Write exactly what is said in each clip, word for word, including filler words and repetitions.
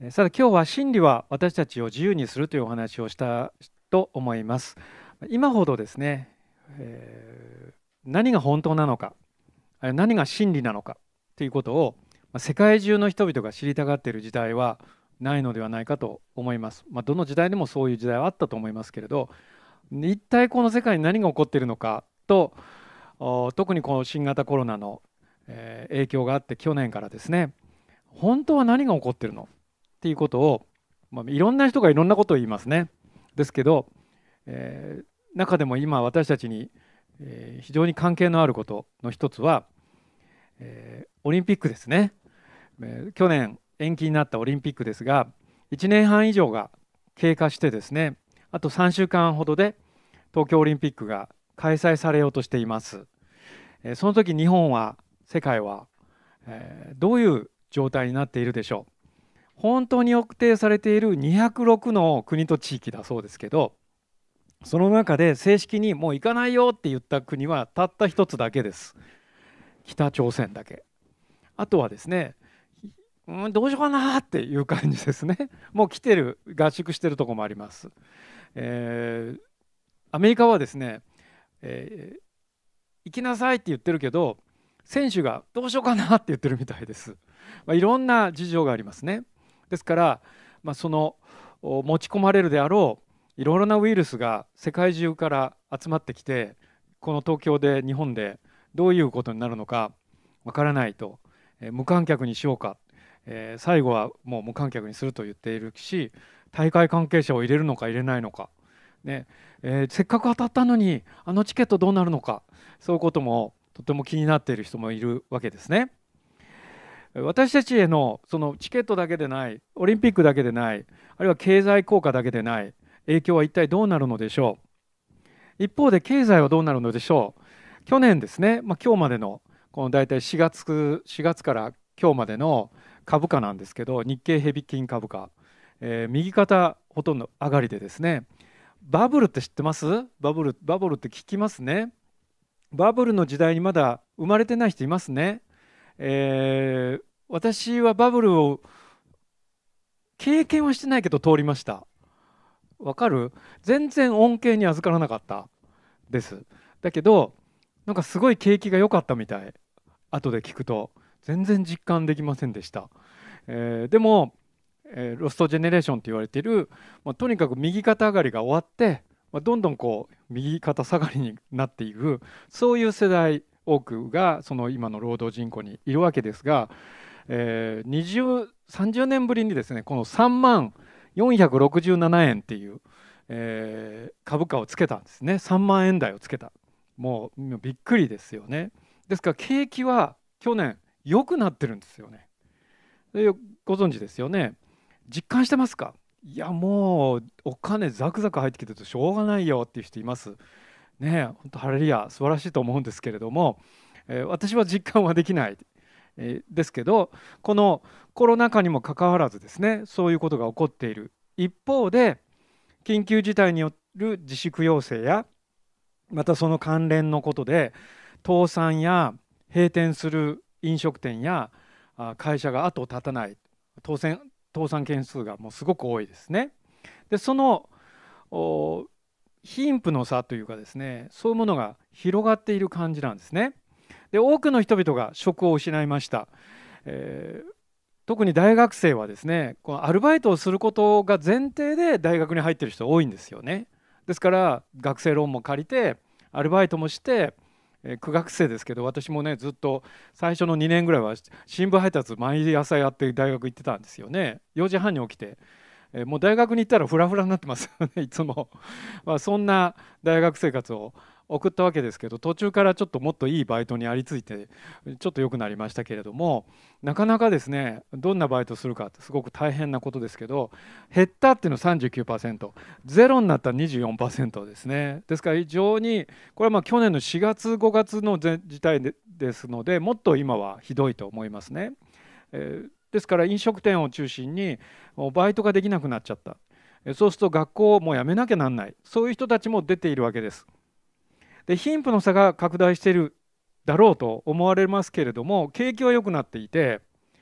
さて今日は真理は私たちを自由にするというお話をしたと思います。今ほどですね、えー何が本当なのか、何が真理なのかということを世界中の人々が知りたがっている時代はないのではないかと思います。まあ、どの時代でもそういう時代はあったと思いますけれど、一体この世界に何が起こっているのかと、特にこの新型コロナのえー影響があって去年からですね、本当は何が起こっているのっていうことを、まあ、いろんな人がいろんなことを言いますね。ですけど、えー中でも今私たちに、えー非常に関係のあることの一つは、えーオリンピックですね。えー去年延期になったオリンピックですが、いちねんはん以上が経過してですね、あとさんしゅうかんほどで東京オリンピックが開催されようとしています。えーその時日本は、世界は、えーどういう状態になっているでしょう。本当に予定されているにひゃくろくの国と地域だそうですけど、その中で正式にもう行かないよって言った国はたった一つだけです。北朝鮮だけ。あとはですね、うん、どうしようかなっていう感じですね。もう来てる、合宿してるとこもあります。えーアメリカはですね、えー行きなさいって言ってるけど、選手がどうしようかなって言ってるみたいです。まあ、いろんな事情がありますね。ですから、まあ、その持ち込まれるであろういろいろなウイルスが世界中から集まってきて、この東京で日本でどういうことになるのかわからないと、えー無観客にしようか、えー最後はもう無観客にすると言っているし、大会関係者を入れるのか入れないのか、ねえーせっかく当たったのにあのチケットどうなるのか、そういうこともとても気になっている人もいるわけですね。私たちへのそのチケットだけでない、オリンピックだけでない、あるいは経済効果だけでない影響は一体どうなるのでしょう。一方で経済はどうなるのでしょう。去年ですね、まあ、今日までのこの大体しがつ、しがつから今日までの株価なんですけど、日経平均株価、えー右肩ほとんど上がりでですね、バブルって知ってます？バブル、バブルって聞きますね。バブルの時代にまだ生まれてない人いますね。えー私はバブルを経験はしてないけど通りました。わかる？全然恩恵に預からなかったです。だけど、なんかすごい景気が良かったみたい。後で聞くと。全然実感できませんでした。えーでも、えーロストジェネレーションと言われている、まあ、とにかく右肩上がりが終わって、まあ、どんどんこう右肩下がりになっていく、そういう世代多くがその今の労働人口にいるわけですが、えー、にじゅう、さんじゅうねんぶりにですね、このさんまんよんひゃくろくじゅうななえんっていう、えー株価をつけたんですね。さんまんえん台をつけた。もうびっくりですよね。ですから景気は去年良くなってるんですよね。でご存知ですよね。実感してますか？いやもうお金ザクザク入ってきてるとしょうがないよっていう人います。ねえ、本当ハレルヤ素晴らしいと思うんですけれども、えー私は実感はできない、えーですけど、このコロナ禍にもかかわらずですね、そういうことが起こっている一方で、緊急事態による自粛要請や、またその関連のことで倒産や閉店する飲食店やあ会社が後を絶たない、倒産倒産件数がもうすごく多いですね。でそのお貧富の差というかですね、そういうものが広がっている感じなんですね。で多くの人々が職を失いました。えー特に大学生はですね、このアルバイトをすることが前提で大学に入ってる人多いんですよね。ですから学生ローンも借りてアルバイトもして、えー苦学生ですけど、私もねずっと最初のにねんぐらいは新聞配達毎朝やって大学行ってたんですよね。よじはんに起きて、えーもう大学に行ったらフラフラになってますよねいつも。まあ、そんな大学生活を送ったわけですけど、途中からちょっともっといいバイトにありついてちょっと良くなりましたけれども、なかなかですね、どんなバイトするかってすごく大変なことですけど、減ったっていうのはさんじゅうきゅうパーセント、ゼロになったらにじゅうよんパーセントですね。ですから非常にこれはまあ去年のしがつごがつの事態でですので、もっと今はひどいと思いますね。えーですから飲食店を中心にバイトができなくなっちゃった。そうすると学校をもうやめなきゃなんない。そういう人たちも出ているわけです。で、貧富の差が拡大しているだろうと思われますけれども、景気は良くなっていて、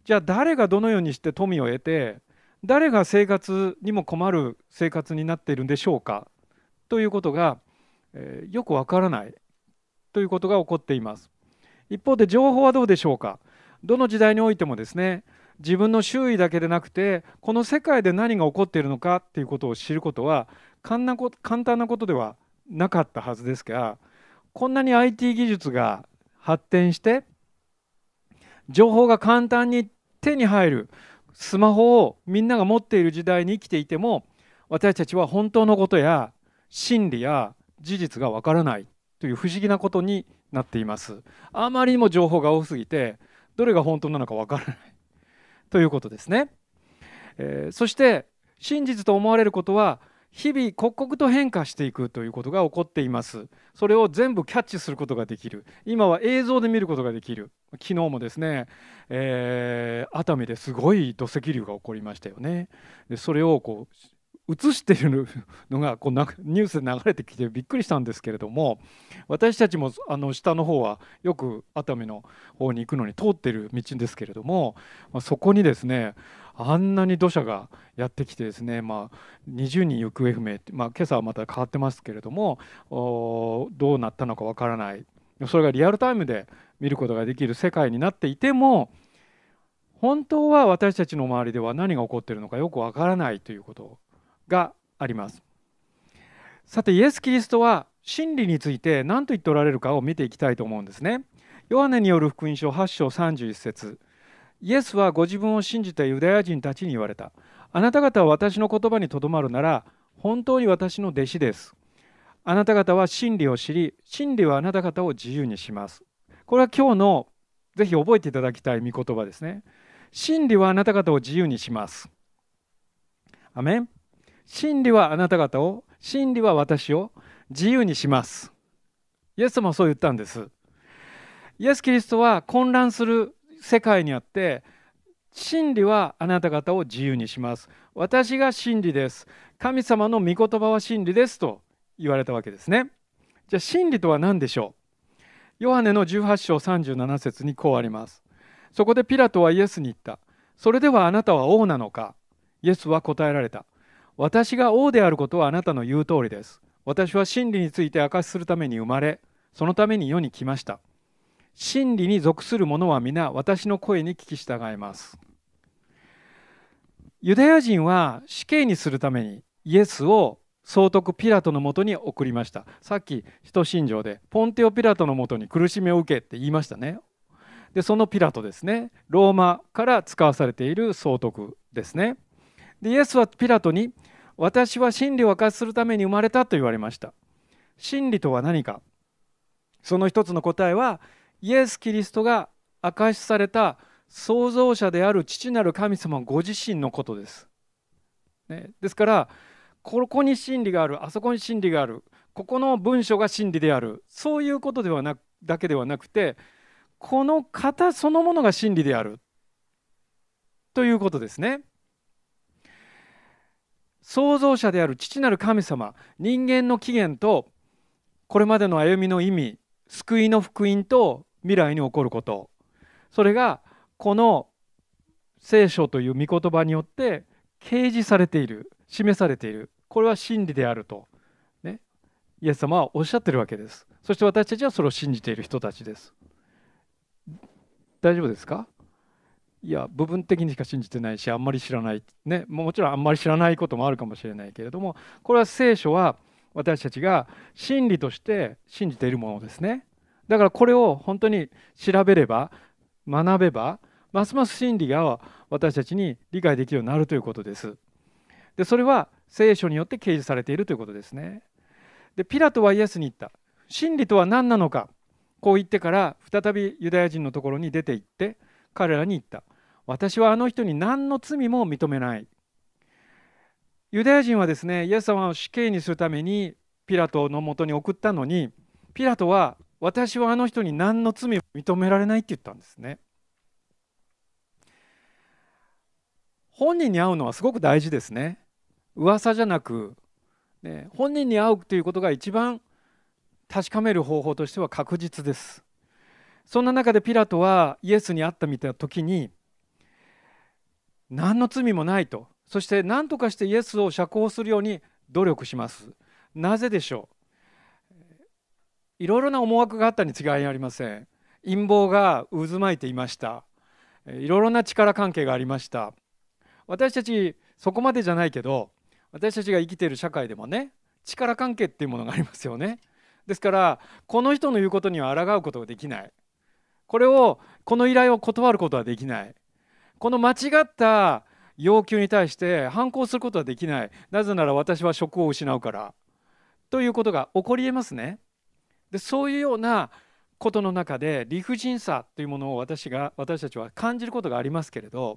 じゃあ誰がどのようにして富を得て、誰が生活にも困る生活になっているんでしょうかということが、えーよくわからないということが起こっています。一方で情報はどうでしょうか。どの時代においてもですね、自分の周囲だけでなくて、この世界で何が起こっているのかっていうことを知ることは簡単なこと簡単なことではなかったはずですが、こんなに アイティー 技術が発展して情報が簡単に手に入るスマホをみんなが持っている時代に生きていても、私たちは本当のことや真理や事実がわからないという不思議なことになっています。あまりにも情報が多すぎて、どれが本当なのかわからないということですね。えーそして真実と思われることは日々刻々と変化していくということが起こっています。それを全部キャッチすることができる。今は映像で見ることができる。昨日もですね、えー熱海ですごい土石流が起こりましたよね。でそれをこう映しているのがこうなニュースで流れてきてびっくりしたんですけれども、私たちもあの下の方はよく熱海の方に行くのに通っている道ですけれども、まあ、そこにですねあんなに土砂がやってきてですね、まあ、にじゅうにん行方不明って、まあ、今朝はまた変わってますけれども、おどうなったのかわからない、それがリアルタイムで見ることができる世界になっていても、本当は私たちの周りでは何が起こっているのかよくわからないということがあります。さてイエス・キリストは真理について何と言っておられるかを見ていきたいと思うんですね。ヨハネによる福音書はち章さんじゅういち節、イエスはご自分を信じたユダヤ人たちに言われた。あなた方は私の言葉にとどまるなら本当に私の弟子です。あなた方は真理を知り、真理はあなた方を自由にします。これは今日のぜひ覚えていただきたい御言葉ですね。真理はあなた方を自由にします。アメン。真理はあなた方を、真理は私を自由にします。イエス様はそう言ったんです。イエス・キリストは混乱する世界にあって、真理はあなた方を自由にします。私が真理です。神様の御言葉は真理ですと言われたわけですね。じゃあ真理とは何でしょう。ヨハネのじゅうはち章さんじゅうなな節にこうあります。そこでピラトはイエスに言った。それではあなたは王なのか。イエスは答えられた。私が王であることはあなたの言う通りです。私は真理について証しするために生まれ、そのために世に来ました。真理に属する者は皆私の声に聞き従います。ユダヤ人は死刑にするためにイエスを総督ピラトのもとに送りました。さっき使徒信条でポンテオピラトのもとに苦しみを受けって言いましたね。でそのピラトですね、ローマから使わされている総督ですね。でイエスはピラトに、私は真理を明かしするために生まれたと言われました。真理とは何か。その一つの答えは、イエス・キリストが明かしされた創造者である父なる神様ご自身のことです。ね、ですから、ここに真理がある、あそこに真理がある、ここの文章が真理である、そういうことではなくだけではなくて、この方そのものが真理であるということですね。創造者である父なる神様、人間の起源とこれまでの歩みの意味、救いの福音と未来に起こること、それがこの聖書という御言葉によって掲示されている、示されている、これは真理であると、ね、イエス様はおっしゃってるわけです。そして私たちはそれを信じている人たちです。大丈夫ですか？いや、部分的にしか信じてないし、あんまり知らない、ね、もちろんあんまり知らないこともあるかもしれないけれども、これは聖書は私たちが真理として信じているものですね。だからこれを本当に調べれば、学べば、ますます真理が私たちに理解できるようになるということです。で、それは聖書によって掲示されているということですね。で、ピラトはイエスに言った。真理とは何なのか。こう言ってから再びユダヤ人のところに出て行って彼らに言った。私はあの人に何の罪も認めない。ユダヤ人はですね、イエス様を死刑にするためにピラトのもとに送ったのに、ピラトは私はあの人に何の罪も認められないって言ったんですね。本人に会うのはすごく大事ですね。噂じゃなく、ね、本人に会うということが一番確かめる方法としては確実です。そんな中でピラトはイエスに会ったみたいな時に、 何の罪もないと、そして何とかしてイエスを釈放するように努力します。なぜでしょう。いろいろな思惑があったに違いありません。陰謀が渦巻いていました。いろいろな力関係がありました。私たちそこまでじゃないけど、私たちが生きている社会でもね、力関係っていうものがありますよね。ですからこの人の言うことには抗うことができない。これをこの依頼を断ることはできない。この間違った要求に対して反抗することはできない。なぜなら私は職を失うからということが起こりえますね。でそういうようなことの中で理不尽さというものを私が私たちは感じることがありますけれど、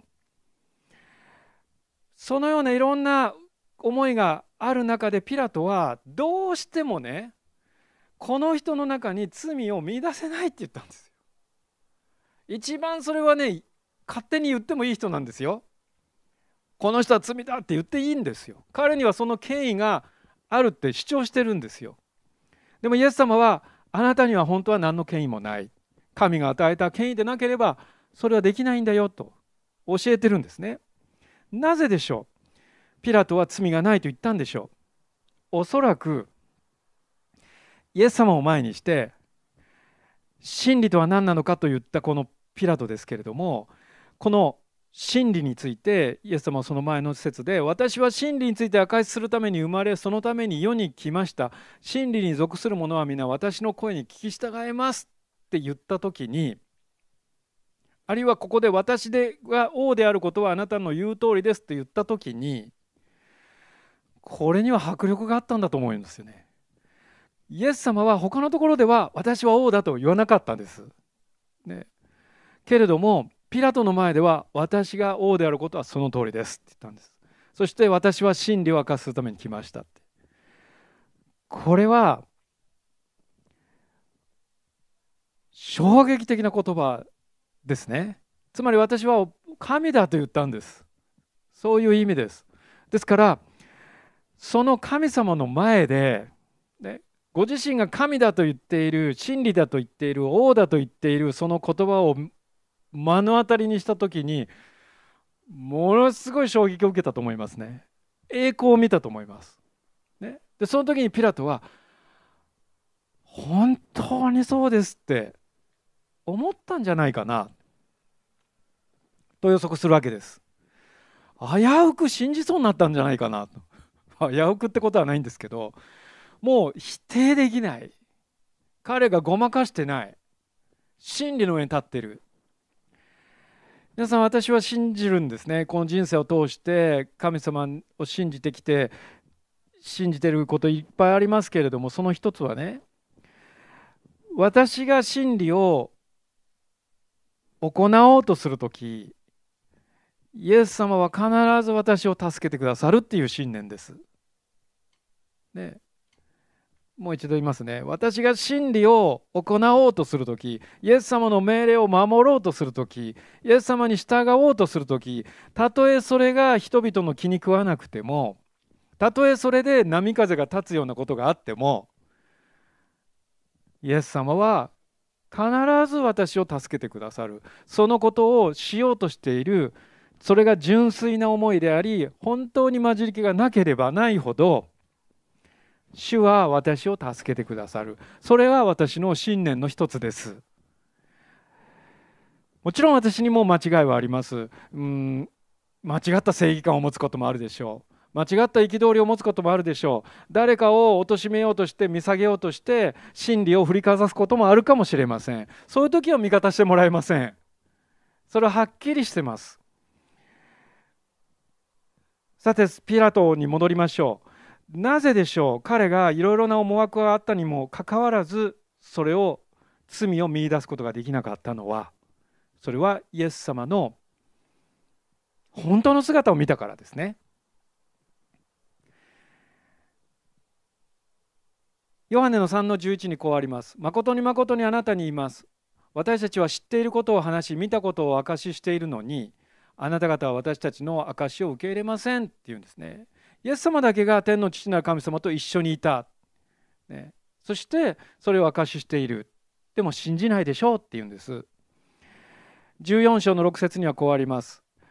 そのようないろんな思いがある中でピラトはどうしてもね、この人の中に罪を見出せないって言ったんですよ。一番それはね、勝手に言ってもいい人なんですよ。この人は罪だって言っていいんですよ。彼にはその権威があるって主張してるんですよ。でもイエス様は、あなたには本当は何の権威もない。神が与えた権威でなければそれはできないんだよと教えてるんですね。なぜでしょう。ピラトは罪がないと言ったんでしょう。おそらくイエス様を前にして真理とは何なのかと言ったこのピラトですけれども、この真理についてイエス様はその前の説で、私は真理について証しするために生まれ、そのために世に来ました。真理に属する者は皆私の声に聞き従えますって言った時に、あるいはここで私が王であることはあなたの言う通りですって言った時に、これには迫力があったんだと思うんですよね。イエス様は他のところでは私は王だと言わなかったんです、ね、けれどもピラトの前では私が王であることはその通りですって言ったんです。そして私は真理を明かしするために来ましたって。これは衝撃的な言葉ですね。つまり私は神だと言ったんです。そういう意味です。ですからその神様の前で、ね、ご自身が神だと言っている、真理だと言っている、王だと言っているその言葉を目の当たりにした時にものすごい衝撃を受けたと思いますね。栄光を見たと思います、ね、でその時にピラトは本当にそうですって思ったんじゃないかなと予測するわけです。危うく信じそうになったんじゃないかなと。危うくってことはないんですけど、もう否定できない。彼がごまかしてない。真理の上に立っている。皆さん、私は信じるんですね。この人生を通して神様を信じてきて、信じていることいっぱいありますけれども、その一つはね、私が真理を行おうとするとき、イエス様は必ず私を助けてくださるっていう信念です。ね、もう一度言いますね。私が真理を行おうとするとき、イエス様の命令を守ろうとするとき、イエス様に従おうとするとき、たとえそれが人々の気に食わなくても、たとえそれで波風が立つようなことがあっても、イエス様は必ず私を助けてくださる。そのことをしようとしている、それが純粋な思いであり、本当に混じり気がなければないほど、主は私を助けてくださる。それは私の信念の一つです。もちろん私にも間違いはあります。うん、間違った正義感を持つこともあるでしょう。間違った憤りを持つこともあるでしょう。誰かを貶めようとして見下げようとして真理を振りかざすこともあるかもしれません。そういう時は味方してもらえません。それははっきりしてます。さてピラトに戻りましょう。なぜでしょう。彼がいろいろな思惑があったにもかかわらず、それを罪を見出すことができなかったのは、それはイエス様の本当の姿を見たからですね。ヨハネのさんのじゅういちにこうあります。誠に誠にあなたに言います。私たちは知っていることを話し、見たことを証ししているのに、あなた方は私たちの証しを受け入れませんって言うんですね。イエス様だけが天の父なる神様と一緒にいた、ね、そしてそれを証ししている。でも信じないでしょうって言うんです。じゅうよん章のろく節にはこうあります。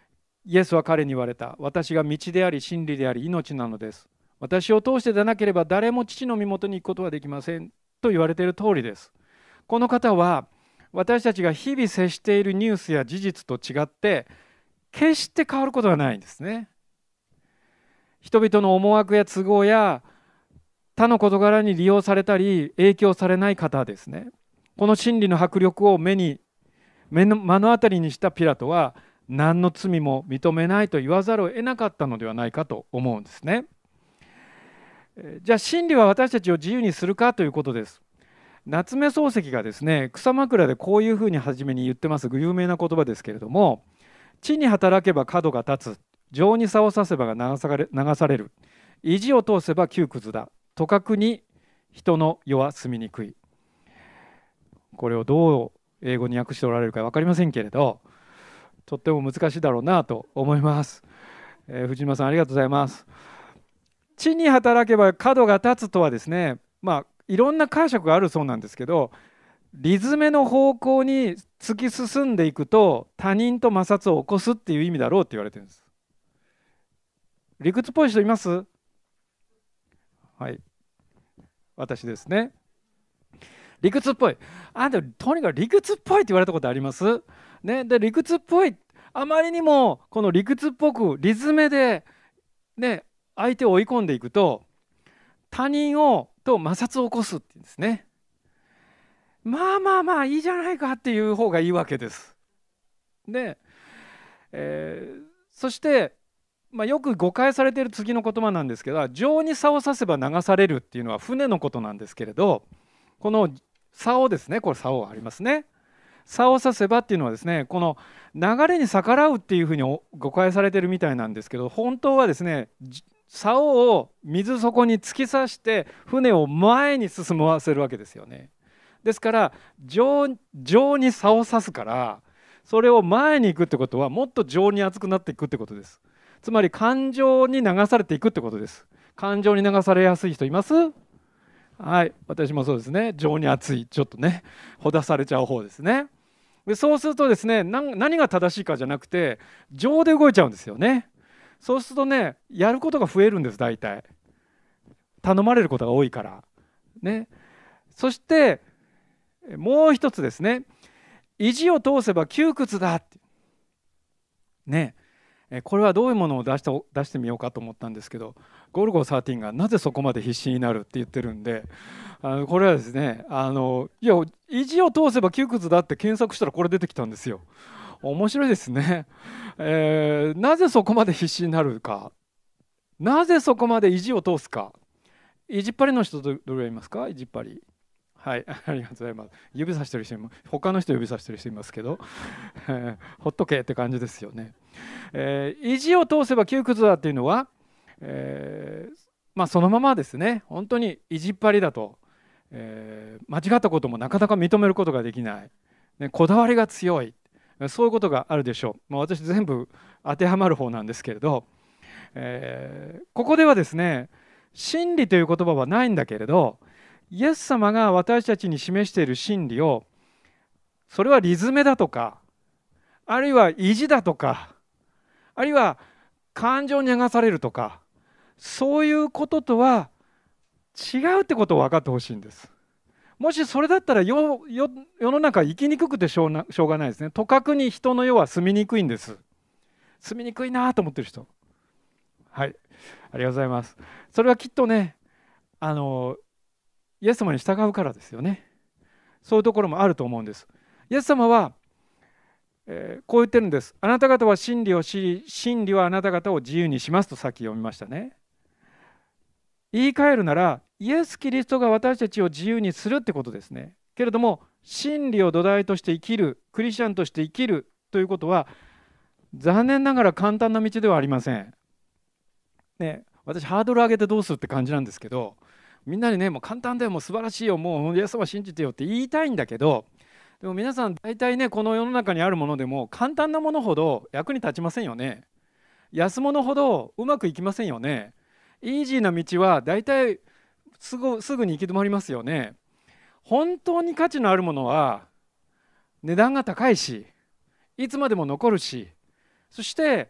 イエスは彼に言われた。私が道であり真理であり命なのです。私を通してでなければ誰も父の身元に行くことはできませんと言われている通りです。この方は私たちが日々接しているニュースや事実と違って決して変わることがないんですね。人々の思惑や都合や他の事柄に利用されたり影響されない方ですね。この真理の迫力を目に目の目の当たりにしたピラトは何の罪も認めないと言わざるを得なかったのではないかと思うんですね。じゃあ真理は私たちを自由にするかということです。夏目漱石がですね、草枕でこういうふうに初めに言ってます有名な言葉ですけれども、地に働けば角が立つ、情に差をさせば流され流される、意地を通せば窮屈だ、とかくに人の世は住みにくい。これをどう英語に訳しておられるか分かりませんけれど、とっても難しいだろうなと思います。えー、藤島さんありがとうございます。地に働けば角が立つとはですね、まあいろんな解釈があるそうなんですけど、理詰めの方向に突き進んでいくと他人と摩擦を起こすっていう意味だろうって言われてるんです。理屈っぽい人います？はい、私ですね。理屈っぽい。あんたとにかく理屈っぽいって言われたことあります？ね、で理屈っぽい、あまりにもこの理屈っぽく理詰めで、ね、相手を追い込んでいくと他人をと摩擦を起こすっていうんですね。まあまあまあいいじゃないかっていう方がいいわけです。で、えー、そして、まあ、よく誤解されている次の言葉なんですけど、情に差をさせば流されるっていうのは船のことなんですけれど、この竿ですね、これ竿ありますね。竿をさせばっていうのはですね、この流れに逆らうっていうふうに誤解されてるみたいなんですけど、本当はですね、竿を水底に突き刺して船を前に進ませるわけですよね。ですから情に竿を刺すから、それを前に行くってことはもっと情に熱くなっていくってことです。つまり感情に流されていくってことです。感情に流されやすい人います？はい、私もそうですね。情に熱い、ちょっとねほだされちゃう方ですね。でそうするとですね、何が正しいかじゃなくて情で動いちゃうんですよね。そうするとね、やることが増えるんです。大体頼まれることが多いからね。そしてもう一つですね、意地を通せば窮屈だってね。これはどういうものを出した出してみようかと思ったんですけど、ゴルゴじゅうさんがなぜそこまで必死になるって言ってるんで、あのこれはですね、あのいや意地を通せば窮屈だって検索したらこれ出てきたんですよ。面白いですね。えー、なぜそこまで必死になるか、なぜそこまで意地を通すか。意地っ張りの人どれぐらいいますか？意地っ張り。はい、ありがとうございます。指さしてる人も他の人指さしてる人いますけど、えー、ほっとけって感じですよね。えー、意地を通せば窮屈だっていうのは、えー、まあそのままですね、本当に意地っ張りだと、えー、間違ったこともなかなか認めることができない、ね、こだわりが強い、そういうことがあるでしょう。まあ、私全部当てはまる方なんですけれど、えー、ここではですね、真理という言葉はないんだけれど、イエス様が私たちに示している真理を、それは理詰めだとか、あるいは意地だとか、あるいは感情に流されるとか、そういうこととは違うってことを分かってほしいんです。もしそれだったら 世, 世, 世の中生きにくくてしょうなしょうがないですね。とかくに人の世は住みにくいんです。住みにくいなと思ってる人、はい、ありがとうございます。それはきっとね、あのイエス様に従うからですよね。そういうところもあると思うんです。イエス様は、えー、こう言ってるんです。あなた方は真理を知り、真理はあなた方を自由にしますとさっき読みましたね。言い換えるなら、イエス・キリストが私たちを自由にするってことですね。けれども、真理を土台として生きる、クリスチャンとして生きるということは、残念ながら簡単な道ではありません。ね、私、ハードル上げてどうするって感じなんですけど、みんなにね、もう簡単だよ、もう素晴らしいよ、もうイエス様信じてよって言いたいんだけど、でも皆さん大体ね、この世の中にあるものでも簡単なものほど役に立ちませんよね。安物ほどうまくいきませんよね。イージーな道は大体すぐ、すぐに行き止まりますよね。本当に価値のあるものは値段が高いし、いつまでも残るし、そして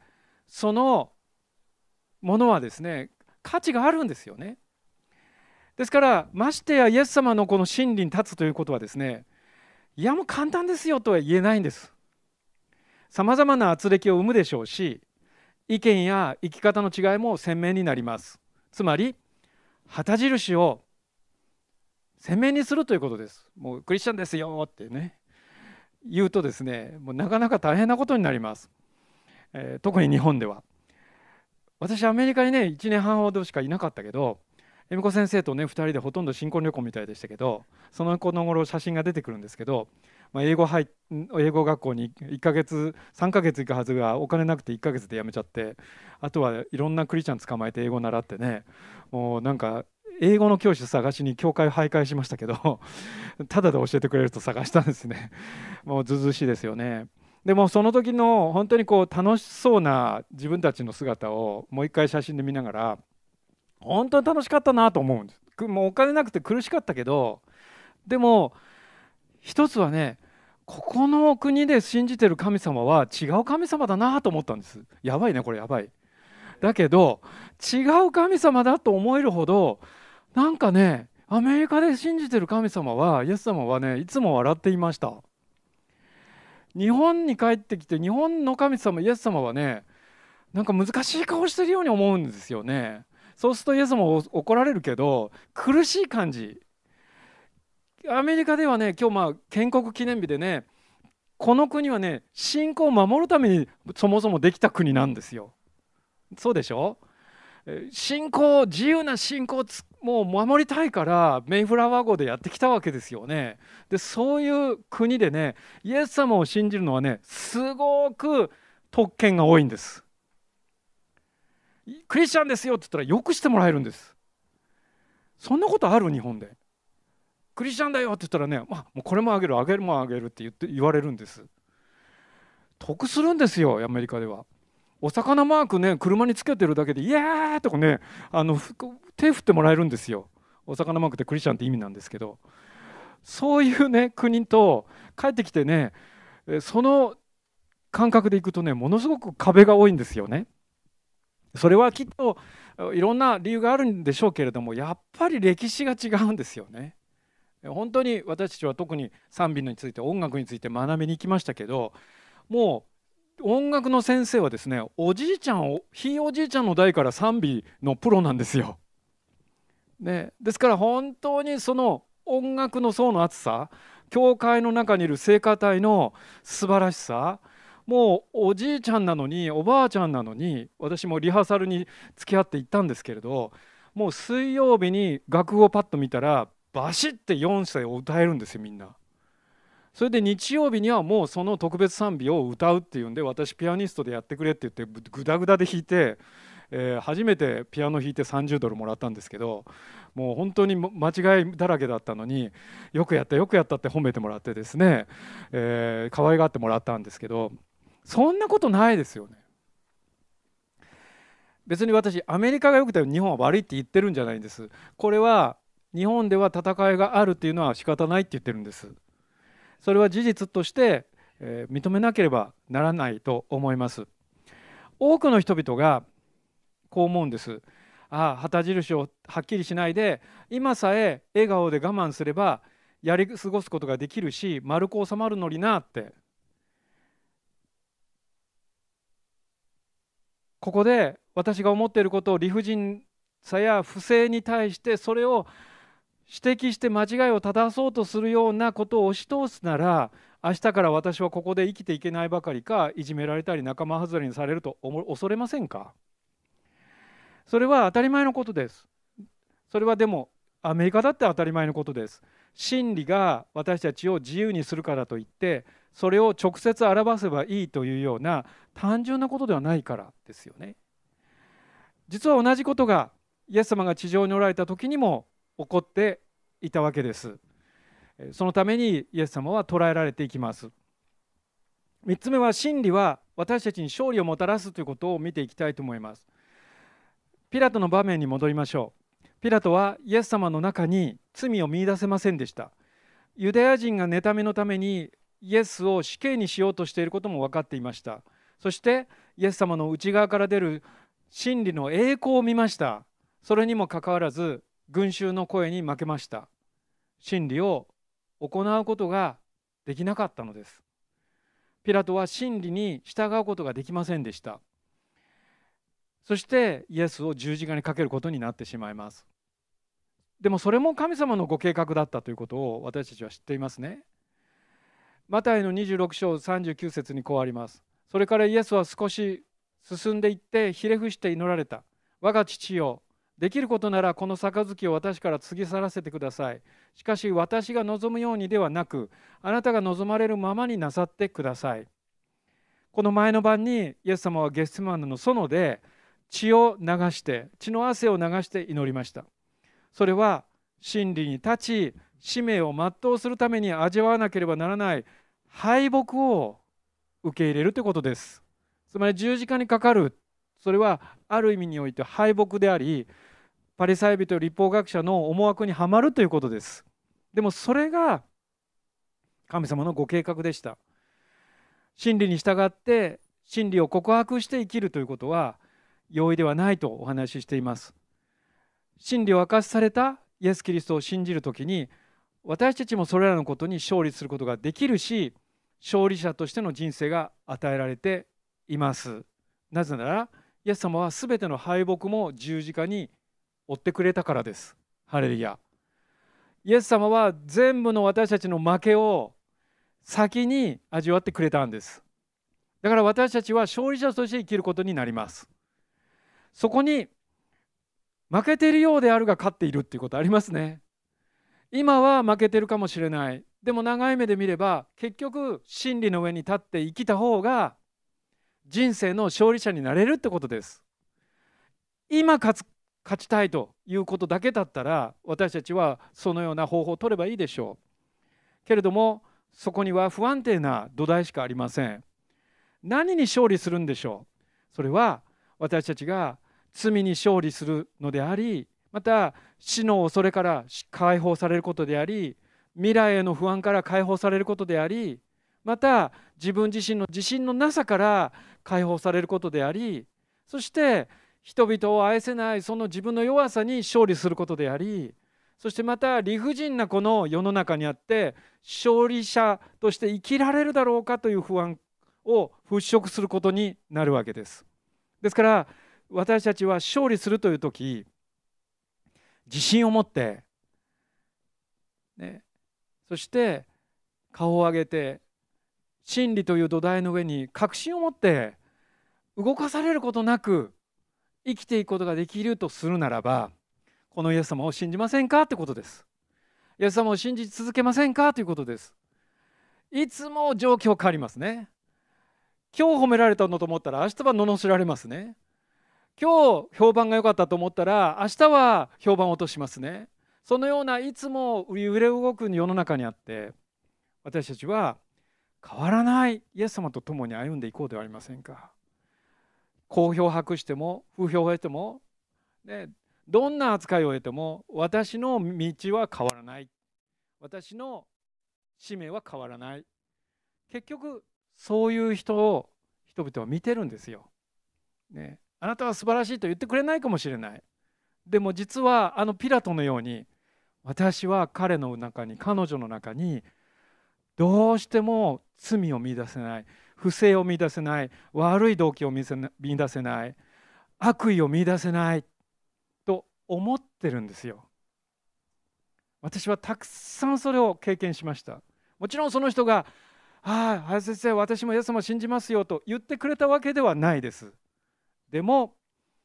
そのものはですね、価値があるんですよね。ですからましてやイエス様のこの真理に立つということはですね、いやもう簡単ですよとは言えないんです。さまざまな軋轢を生むでしょうし、意見や生き方の違いも鮮明になります。つまり旗印を鮮明にするということです。もうクリスチャンですよってね言うとですね、もうなかなか大変なことになります。えー、特に日本では。私アメリカにねいちねんはんほどしかいなかったけど、恵美子先生とねふたりでほとんど新婚旅行みたいでしたけど、そのこの頃写真が出てくるんですけど、まあ、英語入英語学校にいっかげつさんかげつ行くはずがお金なくていっかげつで辞めちゃって、あとはいろんなクリスチャン捕まえて英語習ってね、もうなんか英語の教師探しに教会徘徊しましたけどただで教えてくれる人探したんですね。もうずうずうしいですよね。でもその時の本当にこう楽しそうな自分たちの姿をもう一回写真で見ながら、本当に楽しかったなと思うんです。もうお金なくて苦しかったけど、でも一つはね、ここの国で信じてる神様は違う神様だなと思ったんです。やばいねこれ、やばい。だけど違う神様だと思えるほど、なんかねアメリカで信じてる神様は、イエス様はねいつも笑っていました。日本に帰ってきて日本の神様イエス様はね、なんか難しい顔してるように思うんですよね。そうするとイエスも怒られるけど苦しい感じ。アメリカではね、今日まあ建国記念日でね、この国はね信仰を守るためにそもそもできた国なんですよ。そうでしょ。信仰、自由な信仰をもう守りたいからメイフラワー号でやってきたわけですよね。でそういう国でね、イエス様を信じるのはねすごく特権が多いんです。クリスチャンですよって言ったらよくしてもらえるんです。そんなことある？日本でクリスチャンだよって言ったらね、まあ、もうこれもあげるあげるもあげるって言って言われるんです。得するんですよアメリカでは。お魚マークね車につけてるだけでイエーイとかね、あの手振ってもらえるんですよ。お魚マークってクリスチャンって意味なんですけど、そういうね国と帰ってきてね、その感覚でいくとねものすごく壁が多いんですよね。それはきっといろんな理由があるんでしょうけれども、やっぱり歴史が違うんですよね。本当に私たちは特に賛美について音楽について学びに行きましたけど、もう音楽の先生はですね、おじいちゃんをひいおじいちゃんの代から賛美のプロなんですよ。ね、ですから本当にその音楽の層の厚さ、教会の中にいる聖歌隊の素晴らしさ、もうおじいちゃんなのにおばあちゃんなのに、私もリハーサルに付き合って行ったんですけれど、もう水曜日に楽譜をパッと見たらバシッてよん世を歌えるんですよみんな。それで日曜日にはもうその特別賛美を歌うっていうんで、私ピアニストでやってくれって言ってグダグダで弾いて、えー、初めてピアノ弾いてさんじゅうドルもらったんですけど、もう本当に間違いだらけだったのによくやったよくやったって褒めてもらってですね、えー、可愛がってもらったんですけど、そんなことないですよね。別に私アメリカが良くて日本は悪いって言ってるんじゃないんです。これは日本では戦いがあるっていうのは仕方ないって言ってるんです。それは事実として、えー、認めなければならないと思います。多くの人々がこう思うんです。ああ、旗印をはっきりしないで今さえ笑顔で我慢すればやり過ごすことができるし丸く収まるのになって、ここで私が思っていることを理不尽さや不正に対してそれを指摘して間違いを正そうとするようなことを押し通すなら、明日から私はここで生きていけないばかりかいじめられたり仲間外れにされると恐れませんか？それは当たり前のことです。それはでもアメリカだって当たり前のことです。真理が私たちを自由にするからといってそれを直接表せばいいというような単純なことではないからですよね。実は同じことがイエス様が地上におられた時にも起こっていたわけです。そのためにイエス様は捕らえられていきます。みっつめは真理は私たちに勝利をもたらすということを見ていきたいと思います。ピラトの場面に戻りましょう。ピラトはイエス様の中に罪を見出せませんでした。ユダヤ人が妬みのためにイエスを死刑にしようとしていることも分かっていました。そしてイエス様の内側から出る真理の栄光を見ました。それにもかかわらず群衆の声に負けました。真理を行うことができなかったのです。ピラトは真理に従うことができませんでした。そしてイエスを十字架にかけることになってしまいます。でもそれも神様のご計画だったということを私たちは知っていますね。マタイのにじゅうろく章さんじゅうきゅう節にこうあります。それからイエスは少し進んでいってひれ伏して祈られた。我が父よ、できることならこの杯を私から過ぎ去らせてください。しかし私が望むようにではなく、あなたが望まれるままになさってください。この前の晩にイエス様はゲッセマネの園で血を流して、血の汗を流して祈りました。それは真理に立ち、使命を全うするために味わわなければならない敗北を受け入れるということです。つまり十字架にかかる、それはある意味において敗北であり、パリサイ人立法学者の思惑にはまるということです。でもそれが神様のご計画でした。真理に従って真理を告白して生きるということは容易ではないとお話ししています。真理を明かしされたイエス・キリストを信じるときに、私たちもそれらのことに勝利することができるし、勝利者としての人生が与えられています。なぜならイエス様はすべての敗北も十字架に追ってくれたからです。ハレルヤ。イエス様は全部の私たちの負けを先に味わってくれたんです。だから私たちは勝利者として生きることになります。そこに負けているようであるが勝っているっていうことありますね。今は負けてるかもしれない。でも長い目で見れば結局真理の上に立って生きた方が人生の勝利者になれるってことです。今勝つ勝ちたいということだけだったら私たちはそのような方法を取ればいいでしょう。けれどもそこには不安定な土台しかありません。何に勝利するんでしょう。それは私たちが罪に勝利するのであり、また死の恐れから解放されることであり、未来への不安から解放されることであり、また自分自身の自信のなさから解放されることであり、そして人々を愛せないその自分の弱さに勝利することであり、そしてまた理不尽なこの世の中にあって勝利者として生きられるだろうかという不安を払拭することになるわけです。ですから私たちは勝利するというとき、自信を持って、ね、そして顔を上げて真理という土台の上に確信を持って動かされることなく生きていくことができるとするならば、このイエス様を信じませんかということです。イエス様を信じ続けませんかということです。いつも状況変わりますね。今日褒められたのと思ったら明日は罵られますね。今日評判が良かったと思ったら明日は評判を落としますね。そのようないつも揺れ動く世の中にあって、私たちは変わらないイエス様と共に歩んでいこうではありませんか。好評を博しても不評を得ても、ね、どんな扱いを得ても私の道は変わらない、私の使命は変わらない。結局そういう人を人々は見てるんですよ、ね。あなたは素晴らしいと言ってくれないかもしれない。でも実はあのピラトのように、私は彼の中に彼女の中にどうしても罪を見出せない、不正を見出せない、悪い動機を見出せない、悪意を見出せないと思ってるんですよ。私はたくさんそれを経験しました。もちろんその人が「ああ、林先生、私もイエス様信じますよ」と言ってくれたわけではないです。でも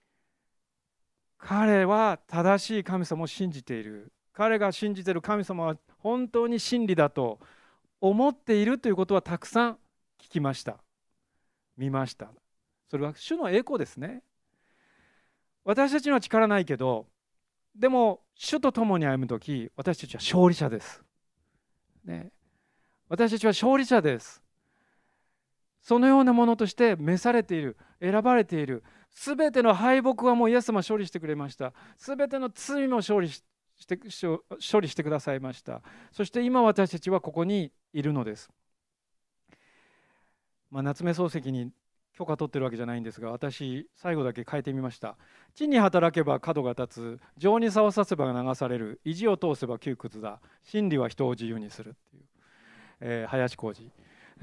彼は正しい神様を信じている。彼が信じている神様は本当に真理だと思っているということはたくさん聞きました。見ました。それは主の栄光ですね。私たちには力ないけど、でも主と共に歩むとき、私たちは勝利者です、ね。私たちは勝利者です。そのようなものとして召されている、選ばれている。すべての敗北はもうイエス様勝利してくれました。すべての罪も勝利しして処理してくださいました。そして今私たちはここにいるのです。まあ、夏目漱石に許可取ってるわけじゃないんですが、私最後だけ変えてみました。地に働けば角が立つ、情に竿を刺せば流される、意地を通せば窮屈だ、真理は人を自由にするっていう、えー、林浩二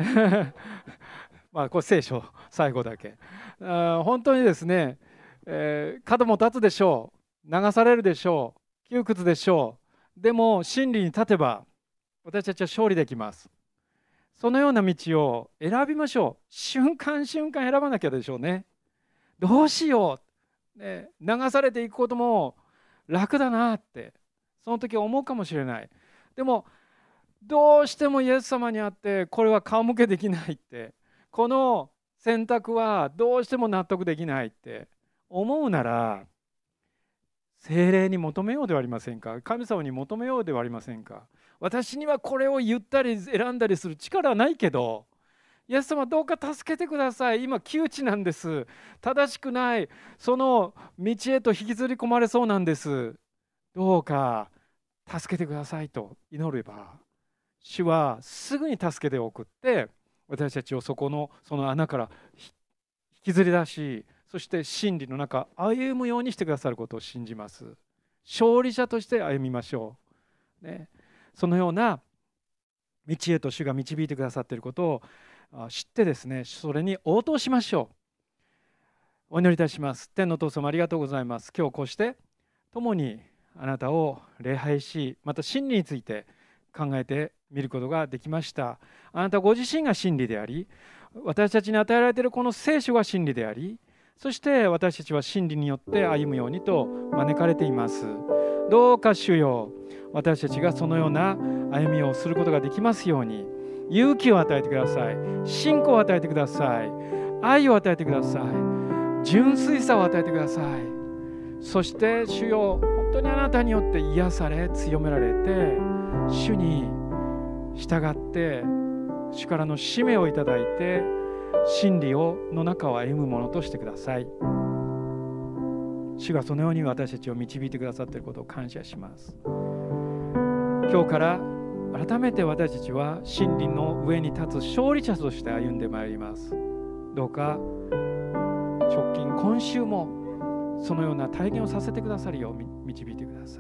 まあこれ聖書最後だけ。あ本当にですね、えー、角も立つでしょう、流されるでしょう、窮屈でしょう。でも真理に立てば私たちは勝利できます。そのような道を選びましょう。瞬間瞬間選ばなきゃでしょうね。どうしよう、ね、流されていくことも楽だなってその時思うかもしれない。でもどうしてもイエス様にあってこれは顔向けできないって、この選択はどうしても納得できないって思うなら、聖霊に求めようではありませんか。神様に求めようではありませんか。私にはこれを言ったり選んだりする力はないけど、イエス様どうか助けてください、今窮地なんです、正しくないその道へと引きずり込まれそうなんです、どうか助けてくださいと祈れば、主はすぐに助けて送って私たちをそこのその穴から引きずり出し、そして真理の中歩むようにしてくださることを信じます。勝利者として歩みましょう、ね、そのような道へと主が導いてくださっていることを知ってですね、それに応答しましょう。お祈りいたします。天のお父様ありがとうございます。今日こうして共にあなたを礼拝し、また真理について考えてみることができました。あなたご自身が真理であり、私たちに与えられているこの聖書が真理であり、そして私たちは真理によって歩むようにと招かれています。どうか主よ、私たちがそのような歩みをすることができますように勇気を与えてください、信仰を与えてください、愛を与えてください、純粋さを与えてください。そして主よ、本当にあなたによって癒され強められて、主に従って主からの使命をいただいて真理をの中を歩むものとしてください。主がそのように私たちを導いてくださっていることを感謝します。今日から改めて私たちは真理の上に立つ勝利者として歩んでまいります。どうか直近今週もそのような体験をさせてくださるよう導いてください。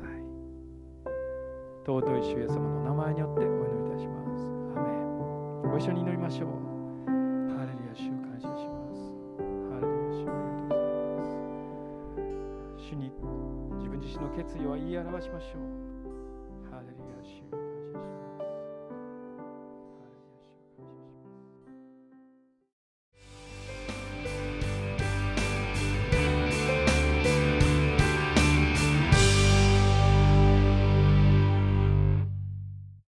尊い主イエス様の名前によってお祈りいたします。アメン。ご一緒に祈りましょう。ハレルヤ、主を感謝します。ハレルヤ、主をありがとうございます。主に自分自身の決意を言い表しましょう。